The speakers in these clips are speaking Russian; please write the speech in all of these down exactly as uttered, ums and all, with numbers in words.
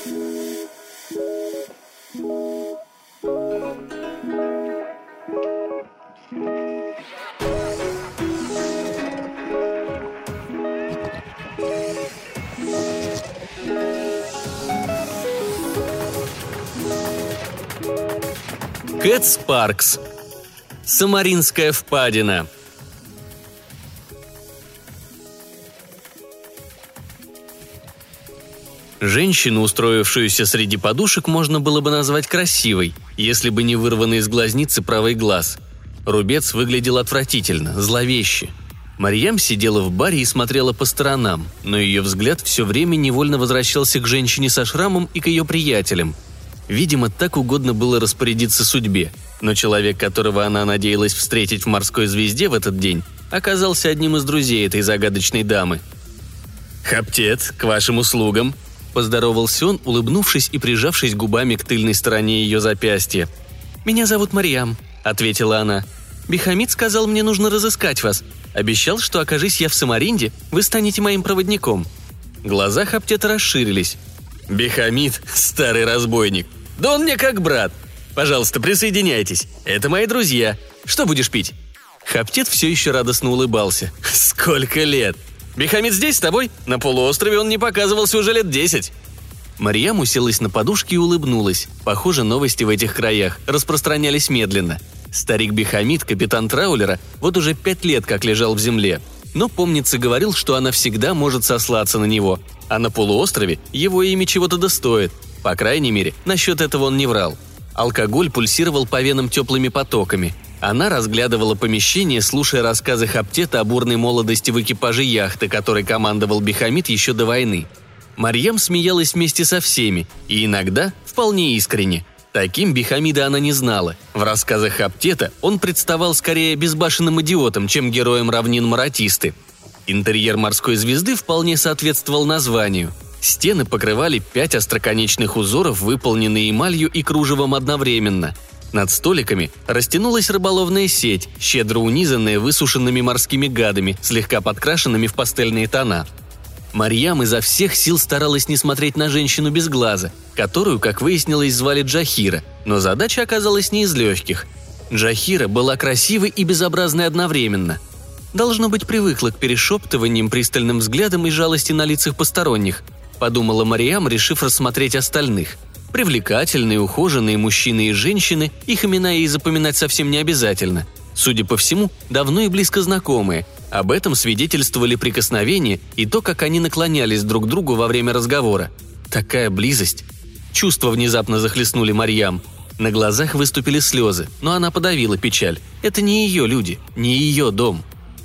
Кэт Спаркс. Самаринская впадина. Женщину, устроившуюся среди подушек, можно было бы назвать красивой, если бы не вырванный из глазницы правый глаз. Рубец выглядел отвратительно, зловеще. Марьям сидела в баре и смотрела по сторонам, но ее взгляд все время невольно возвращался к женщине со шрамом и к ее приятелям. Видимо, так угодно было распорядиться судьбе, но человек, которого она надеялась встретить в «Морской звезде» в этот день, оказался одним из друзей этой загадочной дамы. «Хаптет, к вашим услугам!» – поздоровался он, улыбнувшись и прижавшись губами к тыльной стороне ее запястья. «Меня зовут Марьям», – ответила она. «Бихамид сказал, мне нужно разыскать вас. Обещал, что, окажись я в Самаринде, вы станете моим проводником». Глаза Хаптета расширились. «Бихамид, старый разбойник. Да он мне как брат. Пожалуйста, присоединяйтесь. Это мои друзья. Что будешь пить?» Хаптет все еще радостно улыбался. «Сколько лет! Бихамид здесь с тобой? На полуострове он не показывался уже лет десять». Марьям уселась на подушке и улыбнулась. Похоже, новости в этих краях распространялись медленно. Старик Бихамид, капитан траулера, вот уже пять лет как лежал в земле. Но, помнится, говорил, что она всегда может сослаться на него. А на полуострове его имя чего-то достоит. По крайней мере, насчет этого он не врал. Алкоголь пульсировал по венам теплыми потоками. Она разглядывала помещение, слушая рассказы Хаптета о бурной молодости в экипаже яхты, которой командовал Бихамид еще до войны. Марьям смеялась вместе со всеми, и иногда вполне искренне. Таким Бихамида она не знала. В рассказах Хаптета он представал скорее безбашенным идиотом, чем героем равнин Маратисты. Интерьер «Морской звезды» вполне соответствовал названию. Стены покрывали пять остроконечных узоров, выполненные эмалью и кружевом одновременно. Над столиками растянулась рыболовная сеть, щедро унизанная высушенными морскими гадами, слегка подкрашенными в пастельные тона. Марьям изо всех сил старалась не смотреть на женщину без глаза, которую, как выяснилось, звали Джахира, но задача оказалась не из легких. Джахира была красивой и безобразной одновременно. Должно быть, привыкла к перешептываниям, пристальным взглядам и жалости на лицах посторонних, подумала Марьям, решив рассмотреть остальных. Привлекательные, ухоженные мужчины и женщины, их имена ей запоминать совсем не обязательно. Судя по всему, давно и близко знакомые. Об этом свидетельствовали прикосновения и то, как они наклонялись друг к другу во время разговора. Такая близость. Чувства внезапно захлестнули Марьям. На глазах выступили слезы, но она подавила печаль. Это не ее люди, не ее дом.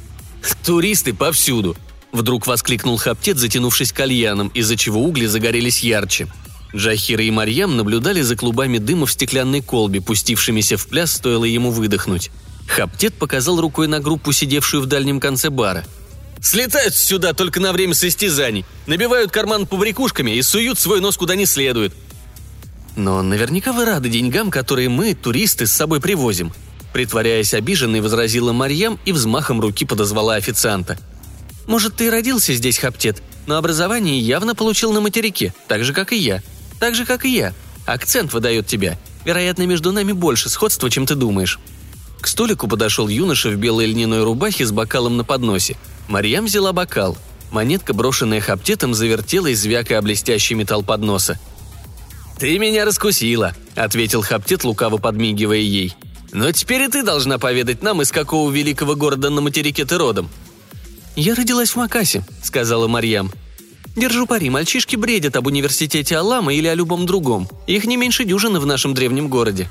«Туристы повсюду!» – вдруг воскликнул Хаптет, затянувшись кальяном, из-за чего угли загорелись ярче. Джахира и Марьям наблюдали за клубами дыма в стеклянной колбе, пустившимися в пляс, стоило ему выдохнуть. Хаптет показал рукой на группу, сидевшую в дальнем конце бара. «Слетают сюда только на время состязаний, набивают карман побрякушками и суют свой нос куда не следует». «Но наверняка вы рады деньгам, которые мы, туристы, с собой привозим», притворяясь обиженной, возразила Марьям и взмахом руки подозвала официанта. «Может, ты и родился здесь, Хаптет, но образование явно получил на материке, так же, как и я. Так же, как и я. Акцент выдает тебя. Вероятно, между нами больше сходства, чем ты думаешь». К столику подошел юноша в белой льняной рубахе с бокалом на подносе. Марьям взяла бокал. Монетка, брошенная Хаптетом, завертелась, звякая блестящий металл подноса. «Ты меня раскусила», — ответил Хаптет, лукаво подмигивая ей. «Но теперь и ты должна поведать нам, из какого великого города на материке ты родом». «Я родилась в Макасе», — сказала Марьям. «Держу пари, мальчишки бредят об университете Аллама или о любом другом. Их не меньше дюжины в нашем древнем городе».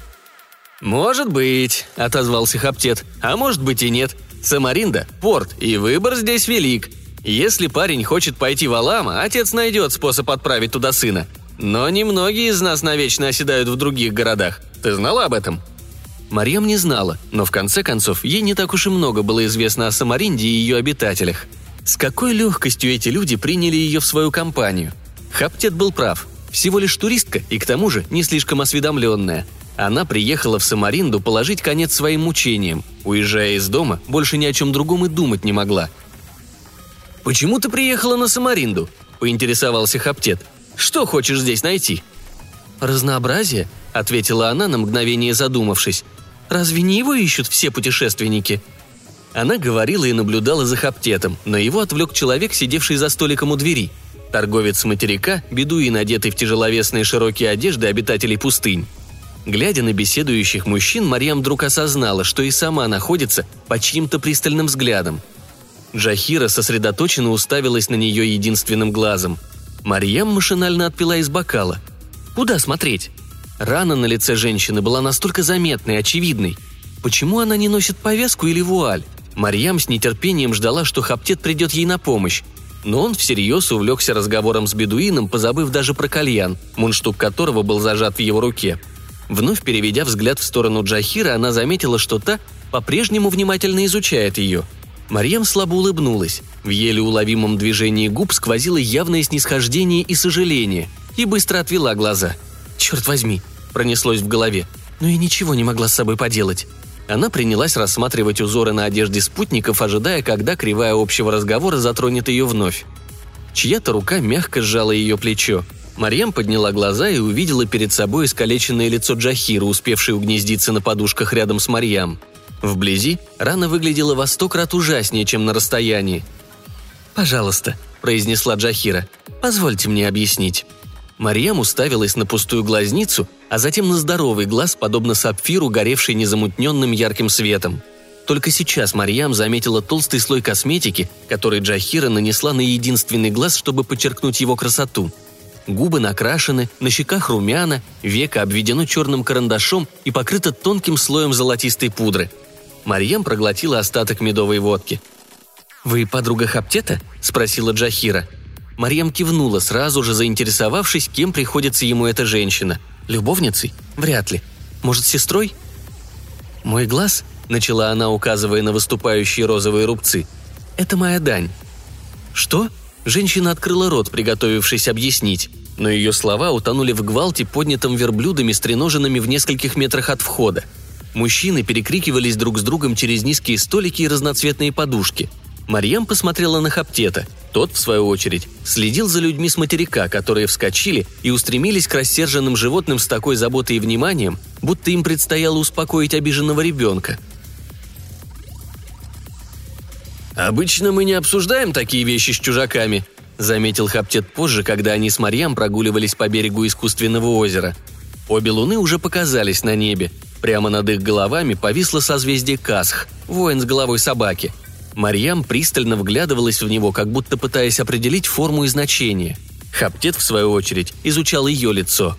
«Может быть», — отозвался Хаптет, — «а может быть и нет. Самаринда – порт, и выбор здесь велик. Если парень хочет пойти в Алама, отец найдет способ отправить туда сына. Но немногие из нас навечно оседают в других городах. Ты знала об этом?» Марьям не знала, но в конце концов ей не так уж и много было известно о Самаринде и ее обитателях. С какой легкостью эти люди приняли ее в свою компанию. Хаптет был прав. Всего лишь туристка и к тому же не слишком осведомленная. Она приехала в Самаринду положить конец своим мучениям. Уезжая из дома, больше ни о чем другом и думать не могла. «Почему ты приехала на Самаринду?» – поинтересовался Хаптет. Что хочешь здесь найти?» «Разнообразие», — ответила она, на мгновение задумавшись. «Разве не его ищут все путешественники?» Она говорила и наблюдала за Хаптетом, но его отвлек человек, сидевший за столиком у двери. Торговец с материка, бедуин, одетый в тяжеловесные широкие одежды обитателей пустынь. Глядя на беседующих мужчин, Марьям вдруг осознала, что и сама находится под чьим-то пристальным взглядом. Джахира сосредоточенно уставилась на нее единственным глазом. Марьям машинально отпила из бокала. Куда смотреть? Рана на лице женщины была настолько заметной, очевидной. Почему она не носит повязку или вуаль? Марьям с нетерпением ждала, что Хаптет придет ей на помощь. Но он всерьез увлекся разговором с бедуином, позабыв даже про кальян, мундштук которого был зажат в его руке. Вновь переведя взгляд в сторону Джахира, она заметила, что та по-прежнему внимательно изучает ее. Марьям слабо улыбнулась. В еле уловимом движении губ сквозило явное снисхождение и сожаление, и быстро отвела глаза. «Черт возьми!» – пронеслось в голове. Но я ничего не могла с собой поделать. Она принялась рассматривать узоры на одежде спутников, ожидая, когда кривая общего разговора затронет ее вновь. Чья-то рука мягко сжала ее плечо. Марьям подняла глаза и увидела перед собой искалеченное лицо Джахира, успевшее угнездиться на подушках рядом с Марьям. Вблизи рана выглядела во сто крат ужаснее, чем на расстоянии. «Пожалуйста», – произнесла Джахира, – «позвольте мне объяснить». Марьям уставилась на пустую глазницу, а затем на здоровый глаз, подобно сапфиру, горевший незамутненным ярким светом. Только сейчас Марьям заметила толстый слой косметики, который Джахира нанесла на единственный глаз, чтобы подчеркнуть его красоту. Губы накрашены, на щеках румяна, веко обведено черным карандашом и покрыто тонким слоем золотистой пудры. Марьям проглотила остаток медовой водки. «Вы подруга Хаптета?» – спросила Джахира. Марьям кивнула, сразу же заинтересовавшись, кем приходится ему эта женщина. Любовницей? Вряд ли. Может, сестрой? «Мой глаз», – начала она, указывая на выступающие розовые рубцы, – «это моя дань». «Что?» – женщина открыла рот, приготовившись объяснить, но ее слова утонули в гвалте, поднятом верблюдами, стреноженными в нескольких метрах от входа. Мужчины перекрикивались друг с другом через низкие столики и разноцветные подушки. Марьям посмотрела на Хаптета. Тот, в свою очередь, следил за людьми с материка, которые вскочили и устремились к рассерженным животным с такой заботой и вниманием, будто им предстояло успокоить обиженного ребенка. «Обычно мы не обсуждаем такие вещи с чужаками», – заметил Хаптет позже, когда они с Марьям прогуливались по берегу искусственного озера. Обе луны уже показались на небе. Прямо над их головами повисло созвездие Касх, воин с головой собаки. Марьям пристально вглядывалась в него, как будто пытаясь определить форму и значение. Хаптет, в свою очередь, изучал ее лицо.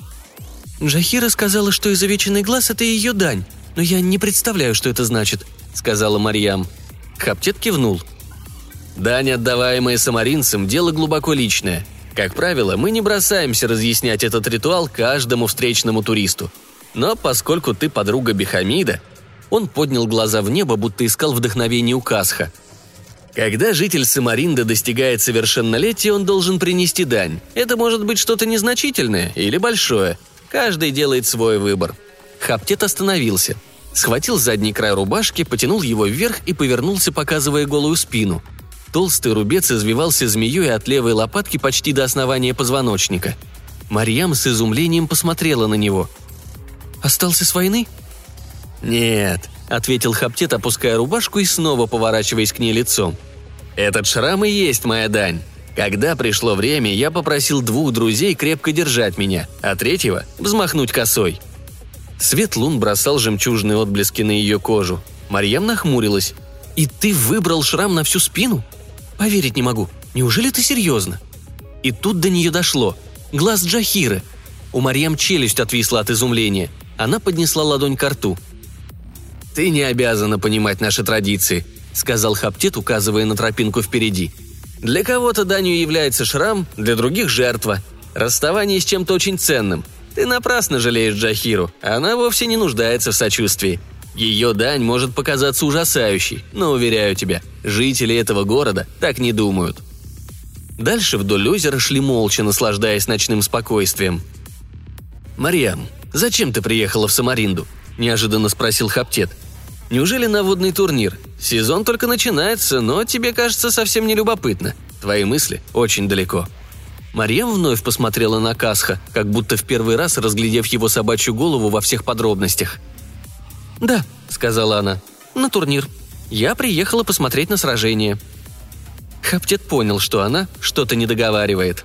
«Джахира сказала, что изувеченный глаз – это ее дань, но я не представляю, что это значит», – сказала Марьям. Хаптет кивнул. «Дань, отдаваемая самаринцам, дело глубоко личное. Как правило, мы не бросаемся разъяснять этот ритуал каждому встречному туристу. Но поскольку ты подруга Бехамида...» Он поднял глаза в небо, будто искал вдохновение у Касха. «Когда житель Самаринда достигает совершеннолетия, он должен принести дань. Это может быть что-то незначительное или большое. Каждый делает свой выбор». Хаптет остановился. Схватил задний край рубашки, потянул его вверх и повернулся, показывая голую спину. Толстый рубец извивался змеей от левой лопатки почти до основания позвоночника. Марьям с изумлением посмотрела на него. «Остался с войны?» «Нет», — ответил Хаптет, опуская рубашку и снова поворачиваясь к ней лицом. «Этот шрам и есть моя дань. Когда пришло время, я попросил двух друзей крепко держать меня, а третьего — взмахнуть косой». Свет лун бросал жемчужные отблески на ее кожу. Марьям нахмурилась. «И ты выбрал шрам на всю спину? Поверить не могу. Неужели ты серьезно?» И тут до нее дошло. Глаз Джахиры. У Марьям челюсть отвисла от изумления. Она поднесла ладонь ко рту. «Ты не обязана понимать наши традиции», — сказал Хаптет, указывая на тропинку впереди. «Для кого-то данью является шрам, для других — жертва. Расставание с чем-то очень ценным. Ты напрасно жалеешь Джахиру, она вовсе не нуждается в сочувствии. Ее дань может показаться ужасающей, но, уверяю тебя, жители этого города так не думают». Дальше вдоль озера шли молча, наслаждаясь ночным спокойствием. «Марьям, зачем ты приехала в Самаринду?» – неожиданно спросил Хаптет. «Неужели на водный турнир? Сезон только начинается, но тебе кажется совсем не любопытно. Твои мысли очень далеко». Марьям вновь посмотрела на Касха, как будто в первый раз разглядев его собачью голову во всех подробностях. «Да», — сказала она, — «на турнир. Я приехала посмотреть на сражение». Хаптет понял, что она что-то не договаривает.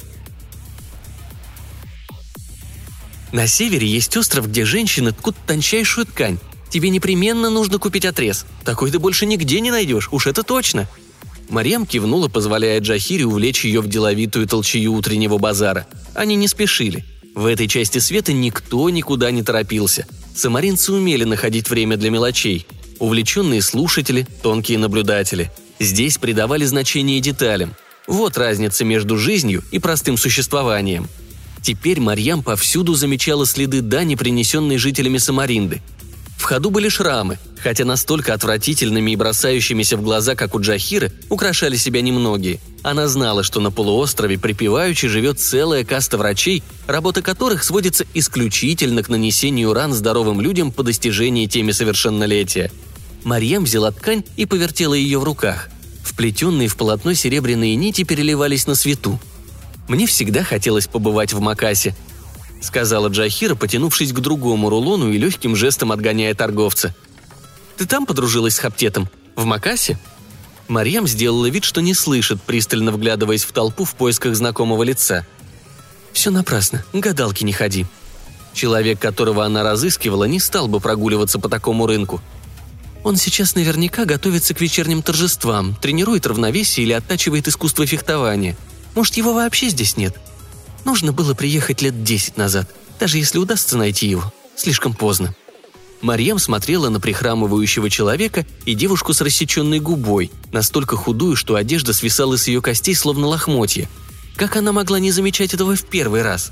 На севере есть остров, где женщины ткут тончайшую ткань. Тебе непременно нужно купить отрез. Такой ты больше нигде не найдешь, уж это точно. Марьям кивнула, позволяя Джахире увлечь ее в деловитую толчею утреннего базара. Они не спешили. В этой части света никто никуда не торопился. Самаринцы умели находить время для мелочей. Увлеченные слушатели, тонкие наблюдатели. Здесь придавали значение деталям. Вот разница между жизнью и простым существованием. Теперь Марьям повсюду замечала следы дани, принесенной жителями Самаринды. В ходу были шрамы, хотя настолько отвратительными и бросающимися в глаза, как у Джахиры, украшали себя немногие. Она знала, что на полуострове припеваючи живет целая каста врачей, работа которых сводится исключительно к нанесению ран здоровым людям по достижении теми совершеннолетия. Марьям взяла ткань и повертела ее в руках. Вплетенные в полотно серебряные нити переливались на свету. «Мне всегда хотелось побывать в Макасе», — сказала Джахира, потянувшись к другому рулону и легким жестом отгоняя торговца. «Ты там подружилась с Хаптетом? В Макасе?» Марьям сделала вид, что не слышит, пристально вглядываясь в толпу в поисках знакомого лица. «Все напрасно, к гадалке не ходи». Человек, которого она разыскивала, не стал бы прогуливаться по такому рынку. Он сейчас наверняка готовится к вечерним торжествам, тренирует равновесие или оттачивает искусство фехтования. Может, его вообще здесь нет? Нужно было приехать лет десять назад, даже если удастся найти его. Слишком поздно». Марьям смотрела на прихрамывающего человека и девушку с рассеченной губой, настолько худую, что одежда свисала с ее костей, словно лохмотья. Как она могла не замечать этого в первый раз?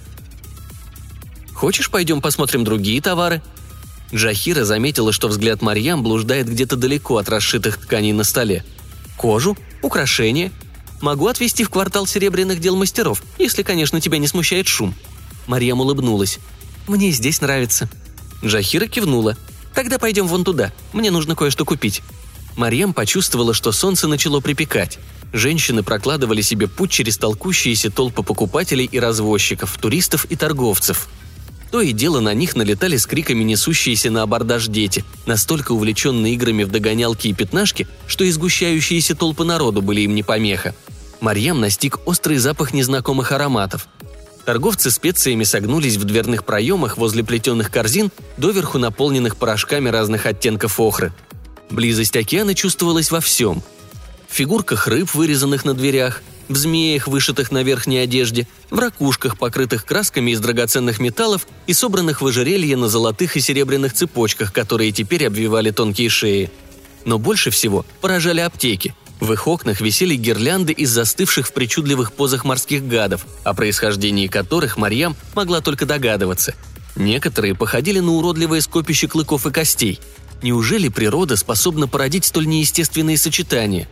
«Хочешь, пойдем посмотрим другие товары?» Джахира заметила, что взгляд Марьям блуждает где-то далеко от расшитых тканей на столе. «Кожу? Украшения? Могу отвезти в квартал серебряных дел мастеров, если, конечно, тебя не смущает шум». Марьям улыбнулась. «Мне здесь нравится». Джахира кивнула. «Тогда пойдем вон туда. Мне нужно кое-что купить». Марьям почувствовала, что солнце начало припекать. Женщины прокладывали себе путь через толкущиеся толпы покупателей и развозчиков, туристов и торговцев. То и дело на них налетали с криками несущиеся на абордаж дети, настолько увлеченные играми в догонялки и пятнашки, что изгущающиеся толпы народу были им не помеха. Марьям настиг острый запах незнакомых ароматов. Торговцы специями согнулись в дверных проемах возле плетеных корзин, доверху наполненных порошками разных оттенков охры. Близость океана чувствовалась во всем. В фигурках рыб, вырезанных на дверях, в змеях, вышитых на верхней одежде, в ракушках, покрытых красками из драгоценных металлов и собранных в ожерелье на золотых и серебряных цепочках, которые теперь обвивали тонкие шеи. Но больше всего поражали аптеки. В их окнах висели гирлянды из застывших в причудливых позах морских гадов, о происхождении которых Марьям могла только догадываться. Некоторые походили на уродливое скопище клыков и костей. Неужели природа способна породить столь неестественные сочетания?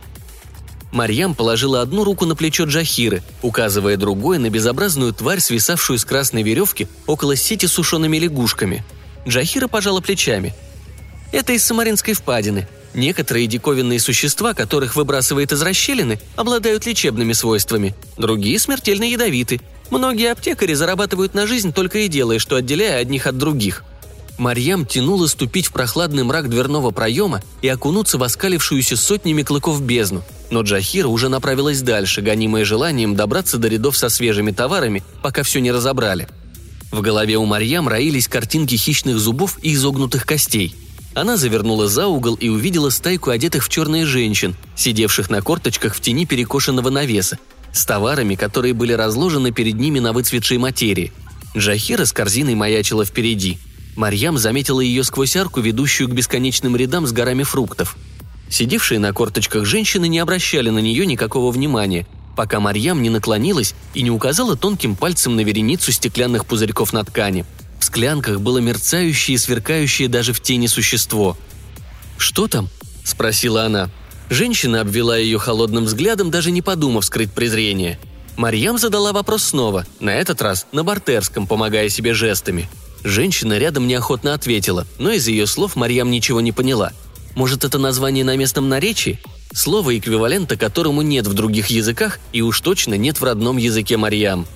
Марьям положила одну руку на плечо Джахиры, указывая другой на безобразную тварь, свисавшую с красной веревки около сети с сушеными лягушками. Джахира пожала плечами. «Это из Самаринской впадины. Некоторые диковинные существа, которых выбрасывает из расщелины, обладают лечебными свойствами. Другие смертельно ядовиты. Многие аптекари зарабатывают на жизнь, только и делая, что отделяя одних от других». Марьям тянула ступить в прохладный мрак дверного проема и окунуться в оскалившуюся сотнями клыков бездну. Но Джахира уже направилась дальше, гонимая желанием добраться до рядов со свежими товарами, пока все не разобрали. В голове у Марьям роились картинки хищных зубов и изогнутых костей. Она завернула за угол и увидела стайку одетых в черные женщин, сидевших на корточках в тени перекошенного навеса, с товарами, которые были разложены перед ними на выцветшей материи. Джахира с корзиной маячила впереди. Марьям заметила ее сквозь арку, ведущую к бесконечным рядам с горами фруктов. Сидевшие на корточках женщины не обращали на нее никакого внимания, пока Марьям не наклонилась и не указала тонким пальцем на вереницу стеклянных пузырьков на ткани. В склянках было мерцающее и сверкающее даже в тени существо. «Что там?» – спросила она. Женщина обвела ее холодным взглядом, даже не подумав скрыть презрение. Марьям задала вопрос снова, на этот раз на бартерском, помогая себе жестами. Женщина рядом неохотно ответила, но из ее слов Марьям ничего не поняла. Может, это название на местном наречии? Слово, эквивалента которому нет в других языках и уж точно нет в родном языке Марьям.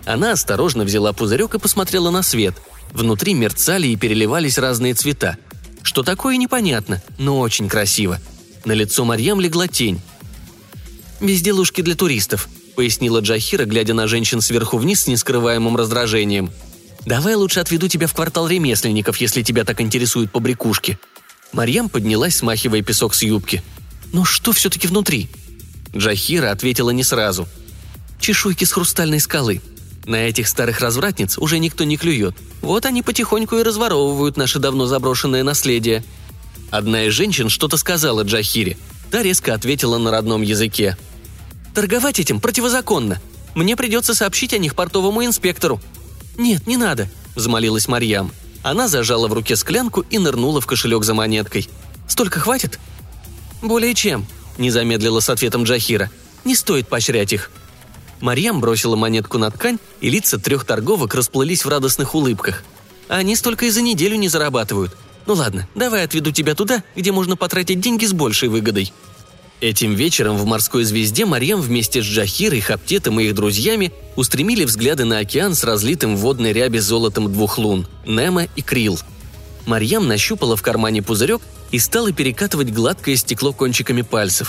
Она осторожно взяла пузырек и посмотрела на свет. Внутри мерцали и переливались разные цвета. Что такое, непонятно, но очень красиво. На лицо Марьям легла тень. «Безделушки для туристов», — пояснила Джахира, глядя на женщин сверху вниз с нескрываемым раздражением. «Давай лучше отведу тебя в квартал ремесленников, если тебя так интересуют побрякушки». Марьям поднялась, смахивая песок с юбки. «Ну что все-таки внутри?» Джахира ответила не сразу. «Чешуйки с хрустальной скалы. На этих старых развратниц уже никто не клюет. Вот они потихоньку и разворовывают наше давно заброшенное наследие». Одна из женщин что-то сказала Джахире. Та резко ответила на родном языке. «Торговать этим противозаконно. Мне придется сообщить о них портовому инспектору». «Нет, не надо», – взмолилась Марьям. Она зажала в руке склянку и нырнула в кошелек за монеткой. «Столько хватит?» «Более чем», – не замедлила с ответом Джахира. «Не стоит поощрять их». Марьям бросила монетку на ткань, и лица трех торговок расплылись в радостных улыбках. «Они столько и за неделю не зарабатывают. Ну ладно, давай отведу тебя туда, где можно потратить деньги с большей выгодой». Этим вечером в «Морской звезде» Марьям вместе с Джахирой, Хаптетом и их друзьями устремили взгляды на океан с разлитым в водной ряби золотом двух лун – Немо и Крил. Марьям нащупала в кармане пузырек и стала перекатывать гладкое стекло кончиками пальцев.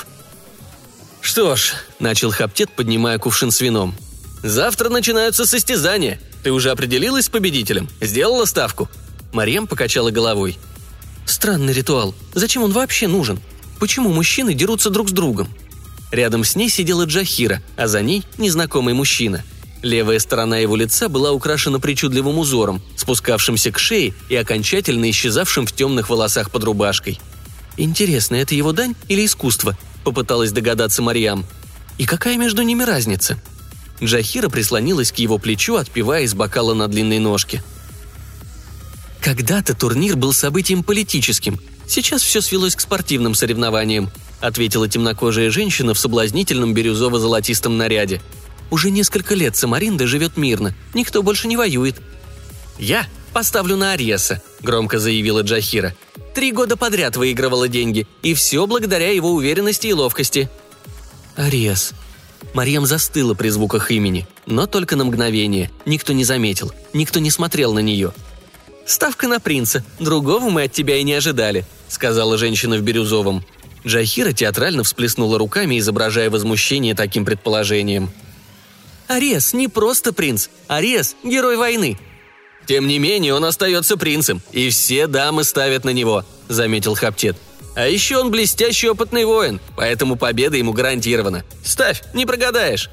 «Что ж», – начал Хаптет, поднимая кувшин с вином, – «завтра начинаются состязания. Ты уже определилась с победителем? Сделала ставку?» Марьям покачала головой. «Странный ритуал. Зачем он вообще нужен? Почему мужчины дерутся друг с другом?» Рядом с ней сидела Джахира, а за ней незнакомый мужчина. Левая сторона его лица была украшена причудливым узором, спускавшимся к шее и окончательно исчезавшим в темных волосах под рубашкой. «Интересно, это его дань или искусство?» – попыталась догадаться Марьям. «И какая между ними разница?» Джахира прислонилась к его плечу, отпивая из бокала на длинной ножке. «Когда-то турнир был событием политическим. Сейчас все свелось к спортивным соревнованиям», – ответила темнокожая женщина в соблазнительном бирюзово-золотистом наряде. «Уже несколько лет Самаринда живет мирно, никто больше не воюет». «Я поставлю на Ариеса», – громко заявила Джахира. «Три года подряд выигрывала деньги, и все благодаря его уверенности и ловкости». «Ариес». Марьям застыла при звуках имени, но только на мгновение. Никто не заметил, никто не смотрел на нее. «Ставка на принца. Другого мы от тебя и не ожидали», — сказала женщина в бирюзовом. Джахира театрально всплеснула руками, изображая возмущение таким предположением. «Ариес не просто принц. Ариес — герой войны». «Тем не менее, он остается принцем, и все дамы ставят на него», — заметил Хаптет. «А еще он блестящий опытный воин, поэтому победа ему гарантирована. Ставь, не прогадаешь».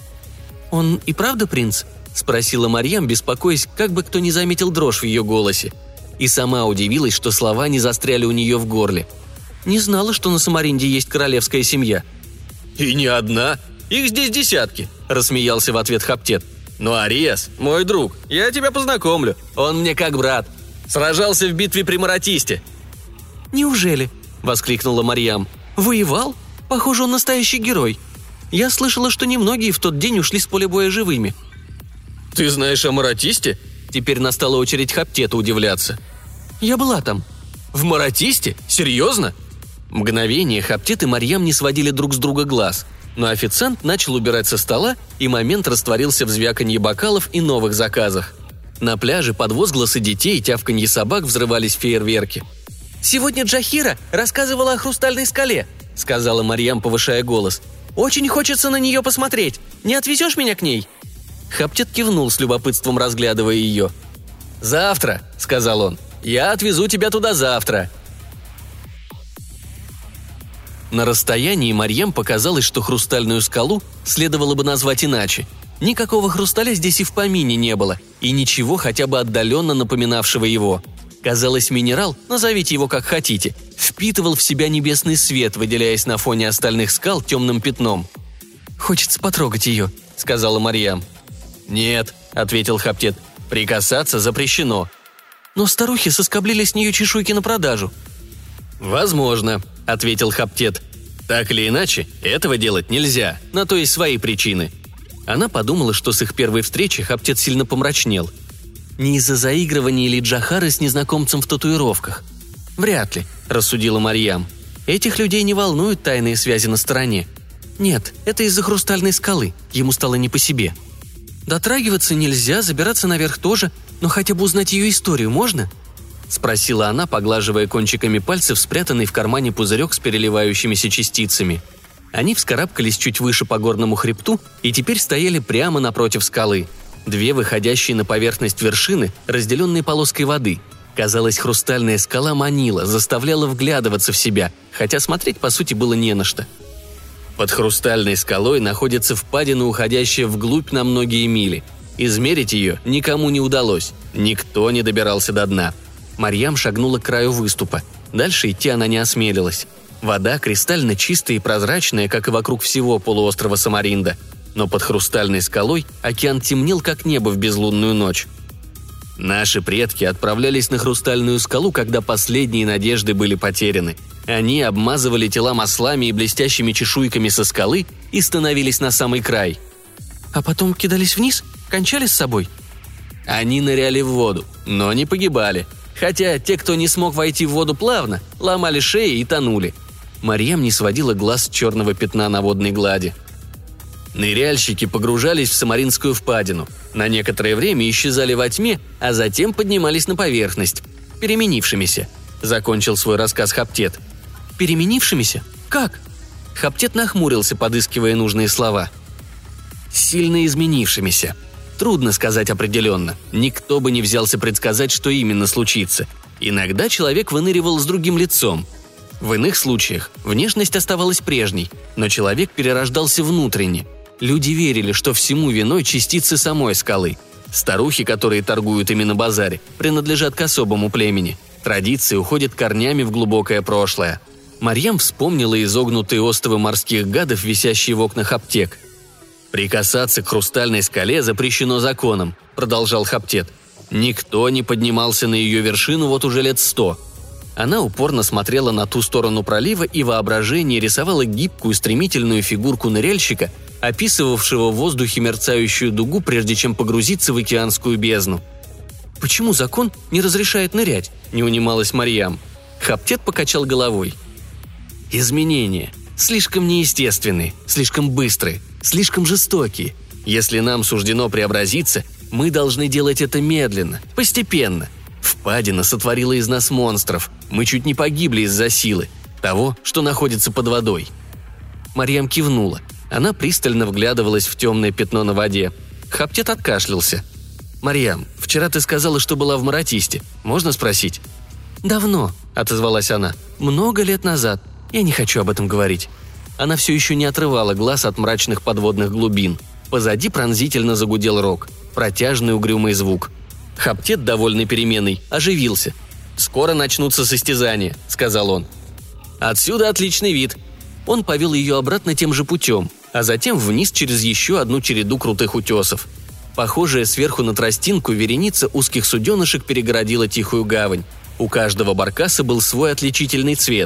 «Он и правда принц?» – спросила Марьям, беспокоясь, как бы кто не заметил дрожь в ее голосе. И сама удивилась, что слова не застряли у нее в горле. «Не знала, что на Самаринде есть королевская семья». «И не одна. Их здесь десятки», – рассмеялся в ответ Хаптет. «Но Ариес – мой друг. Я тебя познакомлю. Он мне как брат. Сражался в битве при Маратисте». «Неужели?» – воскликнула Марьям. «Воевал? Похоже, он настоящий герой. Я слышала, что немногие в тот день ушли с поля боя живыми». «Ты знаешь о Маратисте?» Теперь настала очередь Хаптета удивляться. «Я была там». «В Маратисте? Серьезно?» Мгновение Хаптет и Марьям не сводили друг с друга глаз, но официант начал убирать со стола, и момент растворился в звяканье бокалов и новых заказах. На пляже под возгласы детей и тявканье собак взрывались фейерверки. «Сегодня Джахира рассказывала о хрустальной скале», — сказала Марьям, повышая голос. «Очень хочется на нее посмотреть. Не отвезешь меня к ней?» Хаптет кивнул с любопытством, разглядывая ее. «Завтра», — сказал он. «Я отвезу тебя туда завтра». На расстоянии Марьям показалось, что хрустальную скалу следовало бы назвать иначе. Никакого хрусталя здесь и в помине не было, и ничего хотя бы отдаленно напоминавшего его. Казалось, минерал, назовите его как хотите, впитывал в себя небесный свет, выделяясь на фоне остальных скал темным пятном. «Хочется потрогать ее», — сказала Марьям. «Нет», — ответил Хаптет, — «прикасаться запрещено». «Но старухи соскоблили с нее чешуйки на продажу». «Возможно», — ответил Хаптет. «Так или иначе, этого делать нельзя, на то есть свои причины». Она подумала, что с их первой встречи Хаптет сильно помрачнел. Не из-за заигрывания или Джахары с незнакомцем в татуировках. «Вряд ли», — рассудила Марьям. «Этих людей не волнуют тайные связи на стороне. Нет, это из-за хрустальной скалы, ему стало не по себе». «Дотрагиваться нельзя, забираться наверх тоже, но хотя бы узнать ее историю можно?» – спросила она, поглаживая кончиками пальцев спрятанный в кармане пузырек с переливающимися частицами. Они вскарабкались чуть выше по горному хребту и теперь стояли прямо напротив скалы. Две выходящие на поверхность вершины, разделенные полоской воды. Казалось, хрустальная скала манила, заставляла вглядываться в себя, хотя смотреть, по сути, было не на что. Под хрустальной скалой находится впадина, уходящая вглубь на многие мили. Измерить ее никому не удалось, никто не добирался до дна. Марьям шагнула к краю выступа. Дальше идти она не осмелилась. Вода кристально чистая и прозрачная, как и вокруг всего полуострова Самаринда. Но под хрустальной скалой океан темнел, как небо в безлунную ночь. Наши предки отправлялись на хрустальную скалу, когда последние надежды были потеряны. Они обмазывали тела маслами и блестящими чешуйками со скалы и становились на самый край. «А потом кидались вниз? Кончали с собой?» Они ныряли в воду, но не погибали. Хотя те, кто не смог войти в воду плавно, ломали шеи и тонули. Марьям не сводила глаз с черного пятна на водной глади. Ныряльщики погружались в Самаринскую впадину. На некоторое время исчезали во тьме, а затем поднимались на поверхность. Переменившимися. Закончил свой рассказ Хаптет. «Переменившимися? Как?» Хаптет нахмурился, подыскивая нужные слова. «Сильно изменившимися. Трудно сказать определенно. Никто бы не взялся предсказать, что именно случится. Иногда человек выныривал с другим лицом. В иных случаях внешность оставалась прежней, но человек перерождался внутренне. Люди верили, что всему виной частицы самой скалы. Старухи, которые торгуют ими на базаре, принадлежат к особому племени. Традиции уходят корнями в глубокое прошлое. Марьям вспомнила изогнутые остовы морских гадов, висящие в окнах аптек. «Прикасаться к хрустальной скале запрещено законом», – продолжал Хаптет. «Никто не поднимался на ее вершину вот уже лет сто». Она упорно смотрела на ту сторону пролива и воображение рисовало гибкую стремительную фигурку ныряльщика, описывавшего в воздухе мерцающую дугу, прежде чем погрузиться в океанскую бездну. «Почему закон не разрешает нырять?» – не унималась Марьям. Хаптет покачал головой. «Изменения. Слишком неестественные, слишком быстрые, слишком жестокие. Если нам суждено преобразиться, мы должны делать это медленно, постепенно. Впадина сотворила из нас монстров. Мы чуть не погибли из-за силы, того, что находится под водой». Марьям кивнула. Она пристально вглядывалась в темное пятно на воде. Хаптет откашлялся. «Марьям, вчера ты сказала, что была в Маратисте. Можно спросить?» «Давно», — отозвалась она. «Много лет назад. Я не хочу об этом говорить». Она все еще не отрывала глаз от мрачных подводных глубин. Позади пронзительно загудел рог. Протяжный угрюмый звук. Хаптет, довольный переменой, оживился. «Скоро начнутся состязания», — сказал он. «Отсюда отличный вид». Он повел ее обратно тем же путем, а затем вниз через еще одну череду крутых утесов. Похожая сверху на тростинку вереница узких суденышек перегородила тихую гавань. У каждого баркаса был свой отличительный цвет.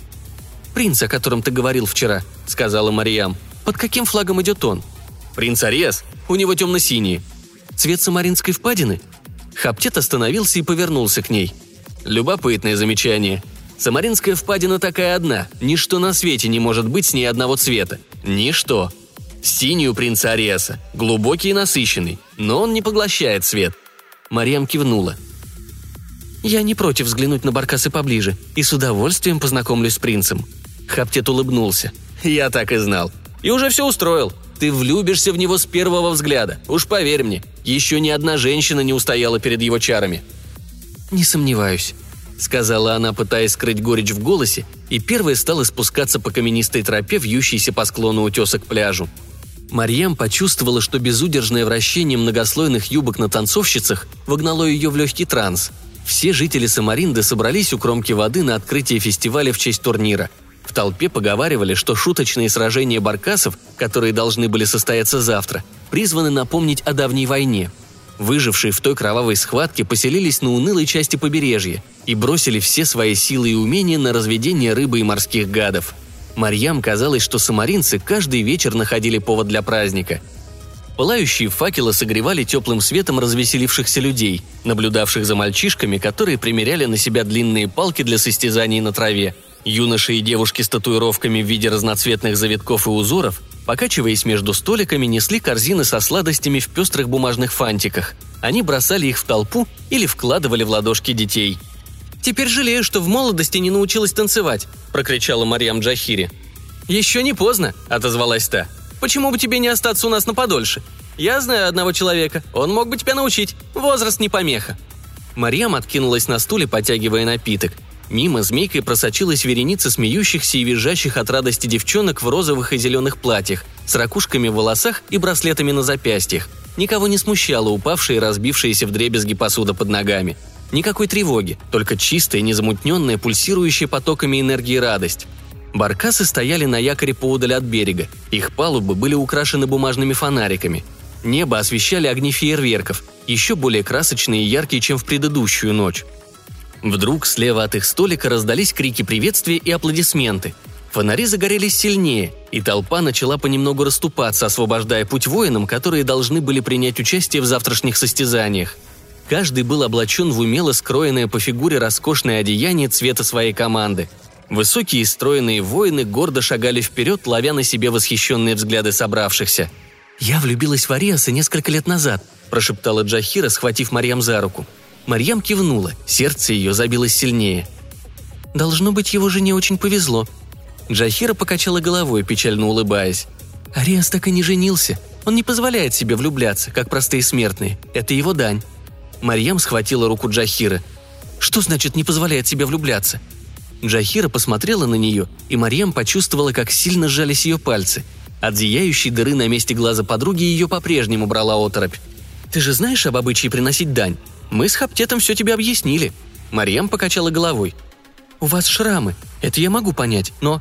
«Принц, о котором ты говорил вчера», — сказала Марьям. «Под каким флагом идет он?» «Принц Арес. У него темно-синие». «Цвет Самаринской впадины?» Хаптет остановился и повернулся к ней. «Любопытное замечание. Самаринская впадина такая одна. Ничто на свете не может быть с ней одного цвета. Ничто. Синий у принца Ариеса, глубокий и насыщенный, но он не поглощает свет». Марьям кивнула. «Я не против взглянуть на баркасы поближе и с удовольствием познакомлюсь с принцем». Хаптет улыбнулся. «Я так и знал. И уже все устроил. Ты влюбишься в него с первого взгляда. Уж поверь мне, еще ни одна женщина не устояла перед его чарами». «Не сомневаюсь», — сказала она, пытаясь скрыть горечь в голосе, и первая стала спускаться по каменистой тропе, вьющейся по склону утеса к пляжу. Марьям почувствовала, что безудержное вращение многослойных юбок на танцовщицах вогнало ее в легкий транс. Все жители Самаринды собрались у кромки воды на открытие фестиваля в честь турнира. В толпе поговаривали, что шуточные сражения баркасов, которые должны были состояться завтра, призваны напомнить о давней войне. Выжившие в той кровавой схватке поселились на унылой части побережья и бросили все свои силы и умения на разведение рыбы и морских гадов. Марьям казалось, что самаринцы каждый вечер находили повод для праздника. Пылающие факелы согревали теплым светом развеселившихся людей, наблюдавших за мальчишками, которые примеряли на себя длинные палки для состязаний на траве. Юноши и девушки с татуировками в виде разноцветных завитков и узоров, покачиваясь между столиками, несли корзины со сладостями в пестрых бумажных фантиках. Они бросали их в толпу или вкладывали в ладошки детей. «Теперь жалею, что в молодости не научилась танцевать», – прокричала Марьям Джахири. «Еще не поздно», – отозвалась та. «Почему бы тебе не остаться у нас на подольше? Я знаю одного человека, он мог бы тебя научить. Возраст не помеха». Марьям откинулась на стуле, потягивая напиток. Мимо змейкой просочилась вереница смеющихся и визжащих от радости девчонок в розовых и зеленых платьях, с ракушками в волосах и браслетами на запястьях. Никого не смущало упавшие и разбившиеся вдребезги посуда под ногами. Никакой тревоги, только чистая, незамутненная, пульсирующая потоками энергии радость. Баркасы стояли на якоре поодаль от берега. Их палубы были украшены бумажными фонариками. Небо освещали огни фейерверков, еще более красочные и яркие, чем в предыдущую ночь. Вдруг слева от их столика раздались крики приветствия и аплодисменты. Фонари загорелись сильнее, и толпа начала понемногу расступаться, освобождая путь воинам, которые должны были принять участие в завтрашних состязаниях. Каждый был облачен в умело скроенное по фигуре роскошное одеяние цвета своей команды. Высокие и стройные воины гордо шагали вперед, ловя на себе восхищенные взгляды собравшихся. «Я влюбилась в Ариаса несколько лет назад», – прошептала Джахира, схватив Марьям за руку. Марьям кивнула, сердце ее забилось сильнее. «Должно быть, его жене очень повезло». Джахира покачала головой, печально улыбаясь. «Ариас так и не женился. Он не позволяет себе влюбляться, как простые смертные. Это его дань». Марьям схватила руку Джахиры. «Что значит «не позволяет себе влюбляться»?» Джахира посмотрела на нее, и Марьям почувствовала, как сильно сжались ее пальцы. От зияющей дыры на месте глаза подруги ее по-прежнему брала оторопь. «Ты же знаешь об обычае приносить дань? Мы с Хаптетом все тебе объяснили». Марьям покачала головой. «У вас шрамы, это я могу понять, но...»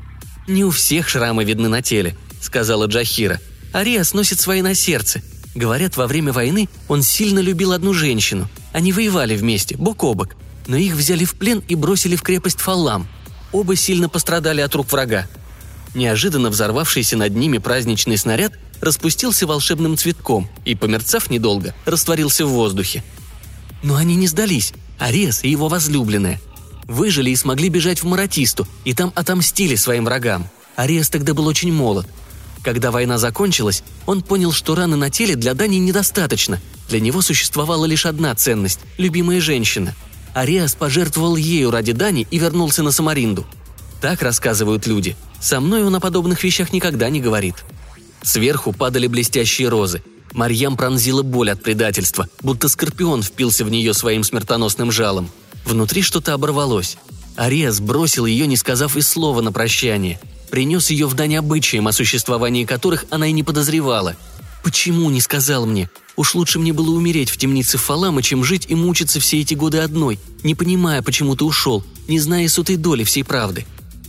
«Не у всех шрамы видны на теле», — сказала Джахира. «Ариас носит свои на сердце. Говорят, во время войны он сильно любил одну женщину. Они воевали вместе, бок о бок. Но их взяли в плен и бросили в крепость Фаллам. Оба сильно пострадали от рук врага. Неожиданно взорвавшийся над ними праздничный снаряд распустился волшебным цветком и, померцав недолго, растворился в воздухе. Но они не сдались, Ариас и его возлюбленная. Выжили и смогли бежать в Маратисту, и там отомстили своим врагам. Ариас тогда был очень молод. Когда война закончилась, он понял, что раны на теле для Дани недостаточно. Для него существовала лишь одна ценность – любимая женщина. Ариас пожертвовал ею ради Дани и вернулся на Самаринду. Так рассказывают люди. Со мной он о подобных вещах никогда не говорит. Сверху падали блестящие розы. Марьям пронзила боль от предательства, будто скорпион впился в нее своим смертоносным жалом. Внутри что-то оборвалось. Ариас бросил ее, не сказав и слова на прощание. Принес ее в дань обычаям, о существовании которых она и не подозревала. Почему не сказал мне? Уж лучше мне было умереть в темнице Фалама, чем жить и мучиться все эти годы одной, не понимая, почему ты ушел, не зная сутой доли всей правды.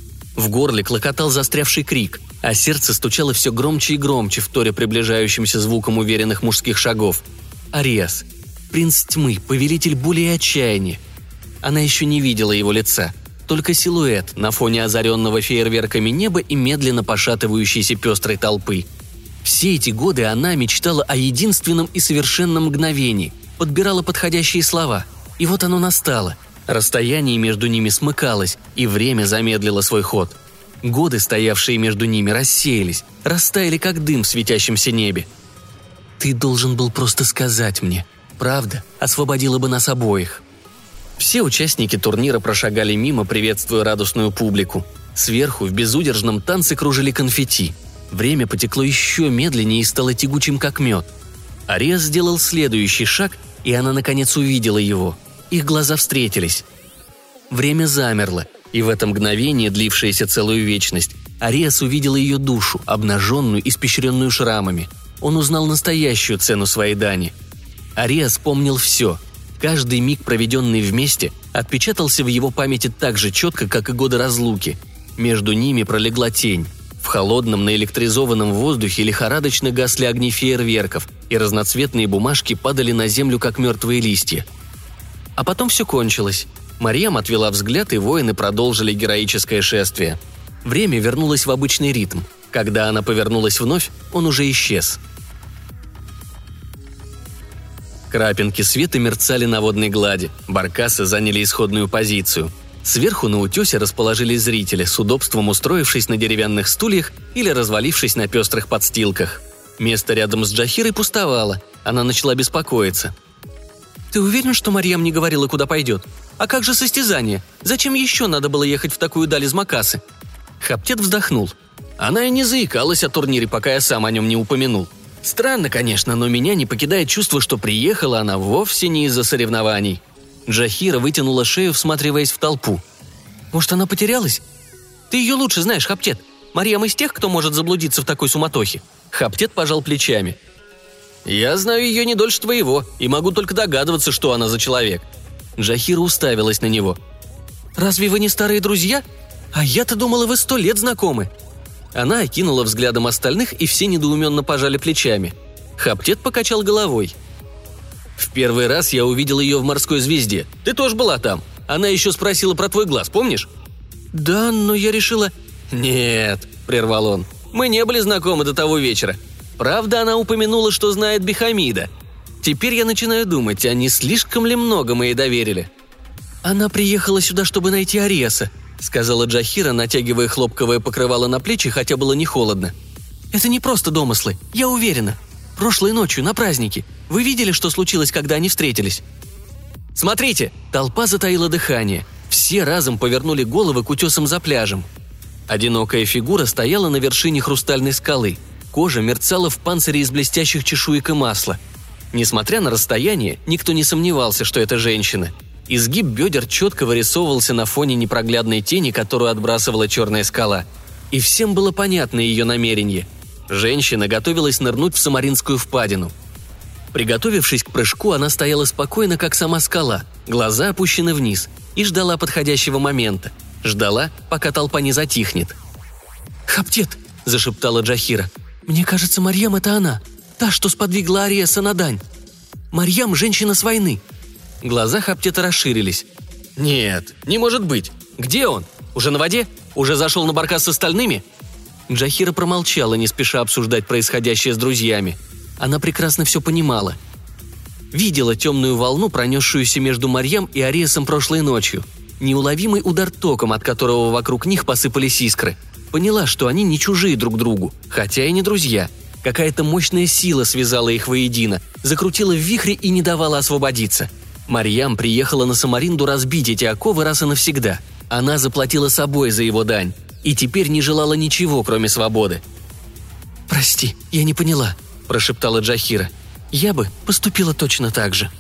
В горле клокотал застрявший крик, а сердце стучало все громче и громче, вторя приближающимся звуком уверенных мужских шагов. Ариас. Принц тьмы, повелитель боли и отчаяния. Она еще не видела его лица. Только силуэт на фоне озаренного фейерверками неба и медленно пошатывающейся пестрой толпы. Все эти годы она мечтала о единственном и совершенном мгновении, подбирала подходящие слова. И вот оно настало. Расстояние между ними смыкалось, и время замедлило свой ход. Годы, стоявшие между ними, рассеялись, растаяли, как дым в светящемся небе. «Ты должен был просто сказать мне. Правда освободила бы нас обоих». Все участники турнира прошагали мимо, приветствуя радостную публику. Сверху в безудержном танце кружили конфетти. Время потекло еще медленнее и стало тягучим, как мед. Ариас сделал следующий шаг, и она, наконец, увидела его. Их глаза встретились. Время замерло, и в это мгновение, длившееся целую вечность, Ариас увидел ее душу, обнаженную, испещренную шрамами. Он узнал настоящую цену своей дани. Ариас помнил все. Каждый миг, проведенный вместе, отпечатался в его памяти так же четко, как и годы разлуки. Между ними пролегла тень. В холодном, наэлектризованном воздухе лихорадочно гасли огни фейерверков, и разноцветные бумажки падали на землю, как мертвые листья. А потом все кончилось. Марьям отвела взгляд, и воины продолжили героическое шествие. Время вернулось в обычный ритм. Когда она повернулась вновь, он уже исчез. Крапинки света мерцали на водной глади. Баркасы заняли исходную позицию. Сверху на утесе расположились зрители, с удобством устроившись на деревянных стульях или развалившись на пестрых подстилках. Место рядом с Джахирой пустовало, она начала беспокоиться. «Ты уверен, что Марьям не говорила, куда пойдет? А как же состязание? Зачем еще надо было ехать в такую даль из Макасы?» Хаптет вздохнул. Она и не заикалась о турнире, пока я сам о нем не упомянул. Странно, конечно, но меня не покидает чувство, что приехала она вовсе не из-за соревнований. Джахира вытянула шею, всматриваясь в толпу. «Может, она потерялась? Ты ее лучше знаешь, Хаптет. Марьям из тех, кто может заблудиться в такой суматохе». Хаптет пожал плечами. «Я знаю ее не дольше твоего, и могу только догадываться, что она за человек». Джахира уставилась на него. «Разве вы не старые друзья? А я-то думала, вы сто лет знакомы». Она окинула взглядом остальных, и все недоуменно пожали плечами. Хаптет покачал головой. «В первый раз я увидел ее в «Морской звезде». Ты тоже была там. Она еще спросила про твой глаз, помнишь?» «Да, но я решила...» «Нет», — прервал он, — «мы не были знакомы до того вечера. Правда, она упомянула, что знает Бехамида. Теперь я начинаю думать, а не слишком ли много мы ей доверили?» «Она приехала сюда, чтобы найти Ариаса», — сказала Джахира, натягивая хлопковое покрывало на плечи, хотя было не холодно. «Это не просто домыслы, я уверена. Прошлой ночью, на празднике. Вы видели, что случилось, когда они встретились?» «Смотрите!» Толпа затаила дыхание. Все разом повернули головы к утесам за пляжем. Одинокая фигура стояла на вершине хрустальной скалы. Кожа мерцала в панцире из блестящих чешуек и масла. Несмотря на расстояние, никто не сомневался, что это женщина. Изгиб бедер четко вырисовывался на фоне непроглядной тени, которую отбрасывала черная скала. И всем было понятно ее намерение. Женщина готовилась нырнуть в Самаринскую впадину. Приготовившись к прыжку, она стояла спокойно, как сама скала, глаза опущены вниз, и ждала подходящего момента. Ждала, пока толпа не затихнет. «Хаптет!» – зашептала Джахира. «Мне кажется, Марьям – это она, та, что сподвигла Ариаса на дань. Марьям – женщина с войны». Глаза Хаптета расширились. «Нет, не может быть. Где он? Уже на воде? Уже зашел на баркас с остальными?» Джахира промолчала, не спеша обсуждать происходящее с друзьями. Она прекрасно все понимала. Видела темную волну, пронесшуюся между Марьям и Ариасом прошлой ночью. Неуловимый удар током, от которого вокруг них посыпались искры. Поняла, что они не чужие друг другу, хотя и не друзья. Какая-то мощная сила связала их воедино, закрутила в вихре и не давала освободиться. Марьям приехала на Самаринду разбить эти оковы раз и навсегда. Она заплатила собой за его дань. И теперь не желала ничего, кроме свободы. «Прости, я не поняла», – прошептала Джахира. «Я бы поступила точно так же».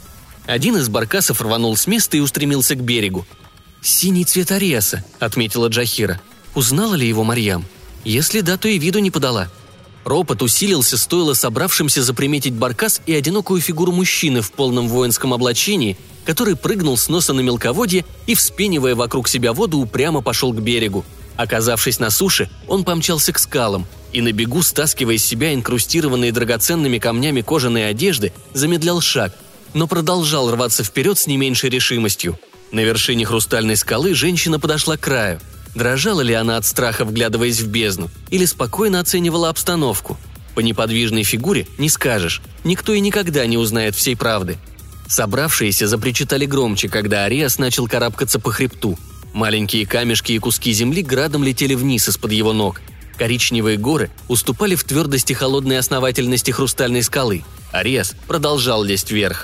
Один из баркасов рванул с места и устремился к берегу. «Синий цвет Ариаса», – отметила Джахира. «Узнала ли его Марьям? Если да, то и виду не подала». Ропот усилился, стоило собравшимся заприметить баркас и одинокую фигуру мужчины в полном воинском облачении, который прыгнул с носа на мелководье и, вспенивая вокруг себя воду, упрямо пошел к берегу. Оказавшись на суше, он помчался к скалам и на бегу, стаскивая из себя инкрустированные драгоценными камнями кожаные одежды, замедлял шаг, но продолжал рваться вперед с не меньшей решимостью. На вершине хрустальной скалы женщина подошла к краю. Дрожала ли она от страха, вглядываясь в бездну, или спокойно оценивала обстановку? По неподвижной фигуре не скажешь, никто и никогда не узнает всей правды. Собравшиеся запричитали громче, когда Ариас начал карабкаться по хребту. Маленькие камешки и куски земли градом летели вниз из-под его ног. Коричневые горы уступали в твердости холодной основательности хрустальной скалы. Ариас продолжал лезть вверх.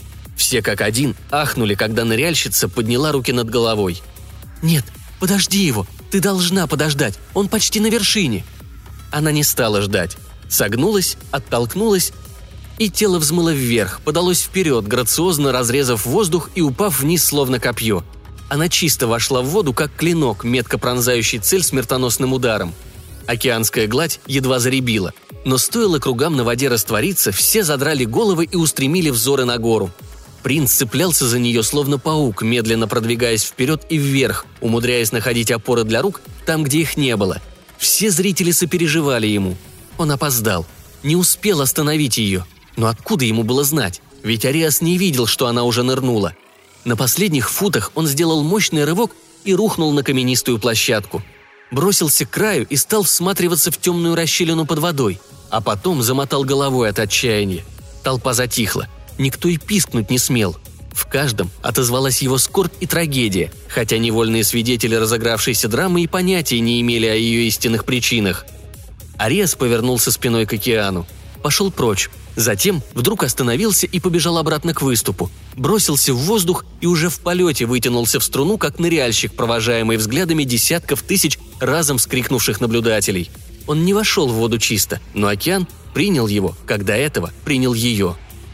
Все как один ахнули, когда ныряльщица подняла руки над головой. «Нет, подожди его! Ты должна подождать! Он почти на вершине!» Она не стала ждать. Согнулась, оттолкнулась, и тело взмыло вверх, подалось вперед, грациозно разрезав воздух и упав вниз, словно копье. Она чисто вошла в воду, как клинок, метко пронзающий цель смертоносным ударом. Океанская гладь едва заребила, но стоило кругам на воде раствориться, все задрали головы и устремили взоры на гору. Принц цеплялся за нее, словно паук, медленно продвигаясь вперед и вверх, умудряясь находить опоры для рук там, где их не было. Все зрители сопереживали ему. Он опоздал, не успел остановить ее. Но откуда ему было знать? Ведь Ариас не видел, что она уже нырнула. На последних футах он сделал мощный рывок и рухнул на каменистую площадку. Бросился к краю и стал всматриваться в темную расщелину под водой, а потом замотал головой от отчаяния. Толпа затихла. Никто и пискнуть не смел. В каждом отозвалась его скорбь и трагедия, хотя невольные свидетели разыгравшейся драмы и понятия не имели о ее истинных причинах. Ариас повернулся спиной к океану. Пошел прочь. Затем вдруг остановился и побежал обратно к выступу. Бросился в воздух и уже в полете вытянулся в струну, как ныряльщик, провожаемый взглядами десятков тысяч разом вскрикнувших наблюдателей. Он не вошел в воду чисто, но океан принял его, как до этого принял ее.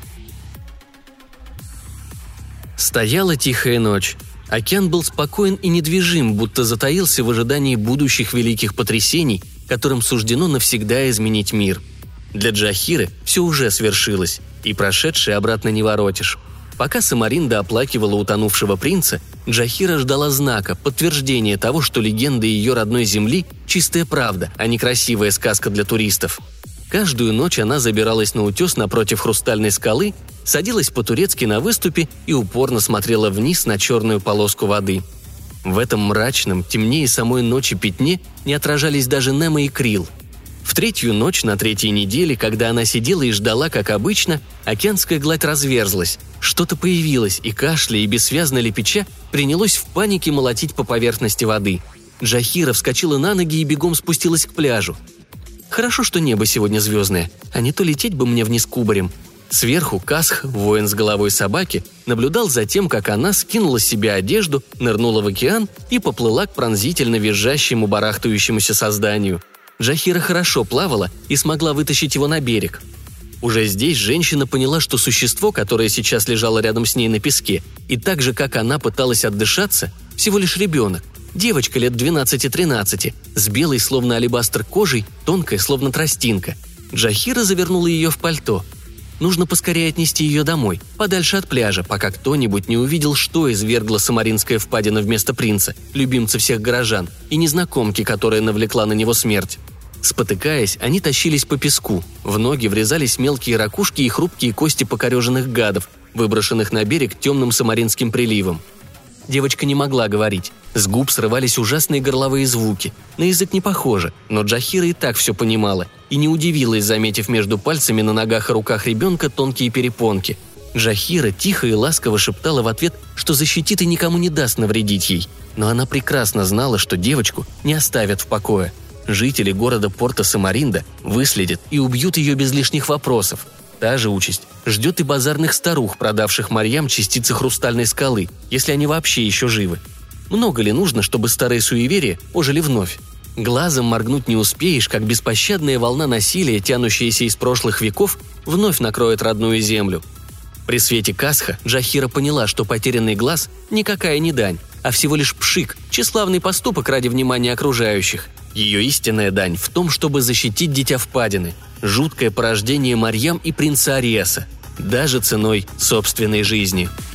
Стояла тихая ночь. Океан был спокоен и недвижим, будто затаился в ожидании будущих великих потрясений, которым суждено навсегда изменить мир. Для Джахиры все уже свершилось, и прошедшее обратно не воротишь. Пока Самаринда оплакивала утонувшего принца, Джахира ждала знака, подтверждения того, что легенда ее родной земли – чистая правда, а не красивая сказка для туристов. Каждую ночь она забиралась на утес напротив хрустальной скалы, садилась по-турецки на выступе и упорно смотрела вниз на черную полоску воды. В этом мрачном, темнее самой ночи пятне не отражались даже Немо и Крил. В третью ночь на третьей неделе, когда она сидела и ждала, как обычно, океанская гладь разверзлась, что-то появилось, и кашля, и бессвязно лепеча принялось в панике молотить по поверхности воды. Джахира вскочила на ноги и бегом спустилась к пляжу. Хорошо, что небо сегодня звездное, а не то лететь бы мне вниз кубарем. Сверху Касх, воин с головой собаки, наблюдал за тем, как она скинула с себя одежду, нырнула в океан и поплыла к пронзительно визжащему барахтающемуся созданию. Джахира хорошо плавала и смогла вытащить его на берег. Уже здесь женщина поняла, что существо, которое сейчас лежало рядом с ней на песке, и так же, как она пыталась отдышаться, всего лишь ребенок, девочка лет двенадцати-тринадцати, с белой, словно алебастр кожей, тонкой, словно тростинка. Джахира завернула ее в пальто. Нужно поскорее отнести ее домой, подальше от пляжа, пока кто-нибудь не увидел, что извергла Самаринская впадина вместо принца, любимца всех горожан, и незнакомки, которая навлекла на него смерть. Спотыкаясь, они тащились по песку, в ноги врезались мелкие ракушки и хрупкие кости покореженных гадов, выброшенных на берег темным самаринским приливом. Девочка не могла говорить. С губ срывались ужасные горловые звуки. На язык не похоже, но Джахира и так все понимала и не удивилась, заметив между пальцами на ногах и руках ребенка тонкие перепонки. Джахира тихо и ласково шептала в ответ, что защитит и никому не даст навредить ей. Но она прекрасно знала, что девочку не оставят в покое. Жители города порта Самаринда выследят и убьют ее без лишних вопросов. Та же участь ждет и базарных старух, продавших Марьям частицы хрустальной скалы, если они вообще еще живы. Много ли нужно, чтобы старые суеверия ожили вновь? Глазом моргнуть не успеешь, как беспощадная волна насилия, тянущаяся из прошлых веков, вновь накроет родную землю. При свете Касха Джахира поняла, что потерянный глаз никакая не дань, а всего лишь пшик, тщеславный поступок ради внимания окружающих. Ее истинная дань в том, чтобы защитить дитя впадины, жуткое порождение Марьям и принца Ариаса, даже ценой собственной жизни.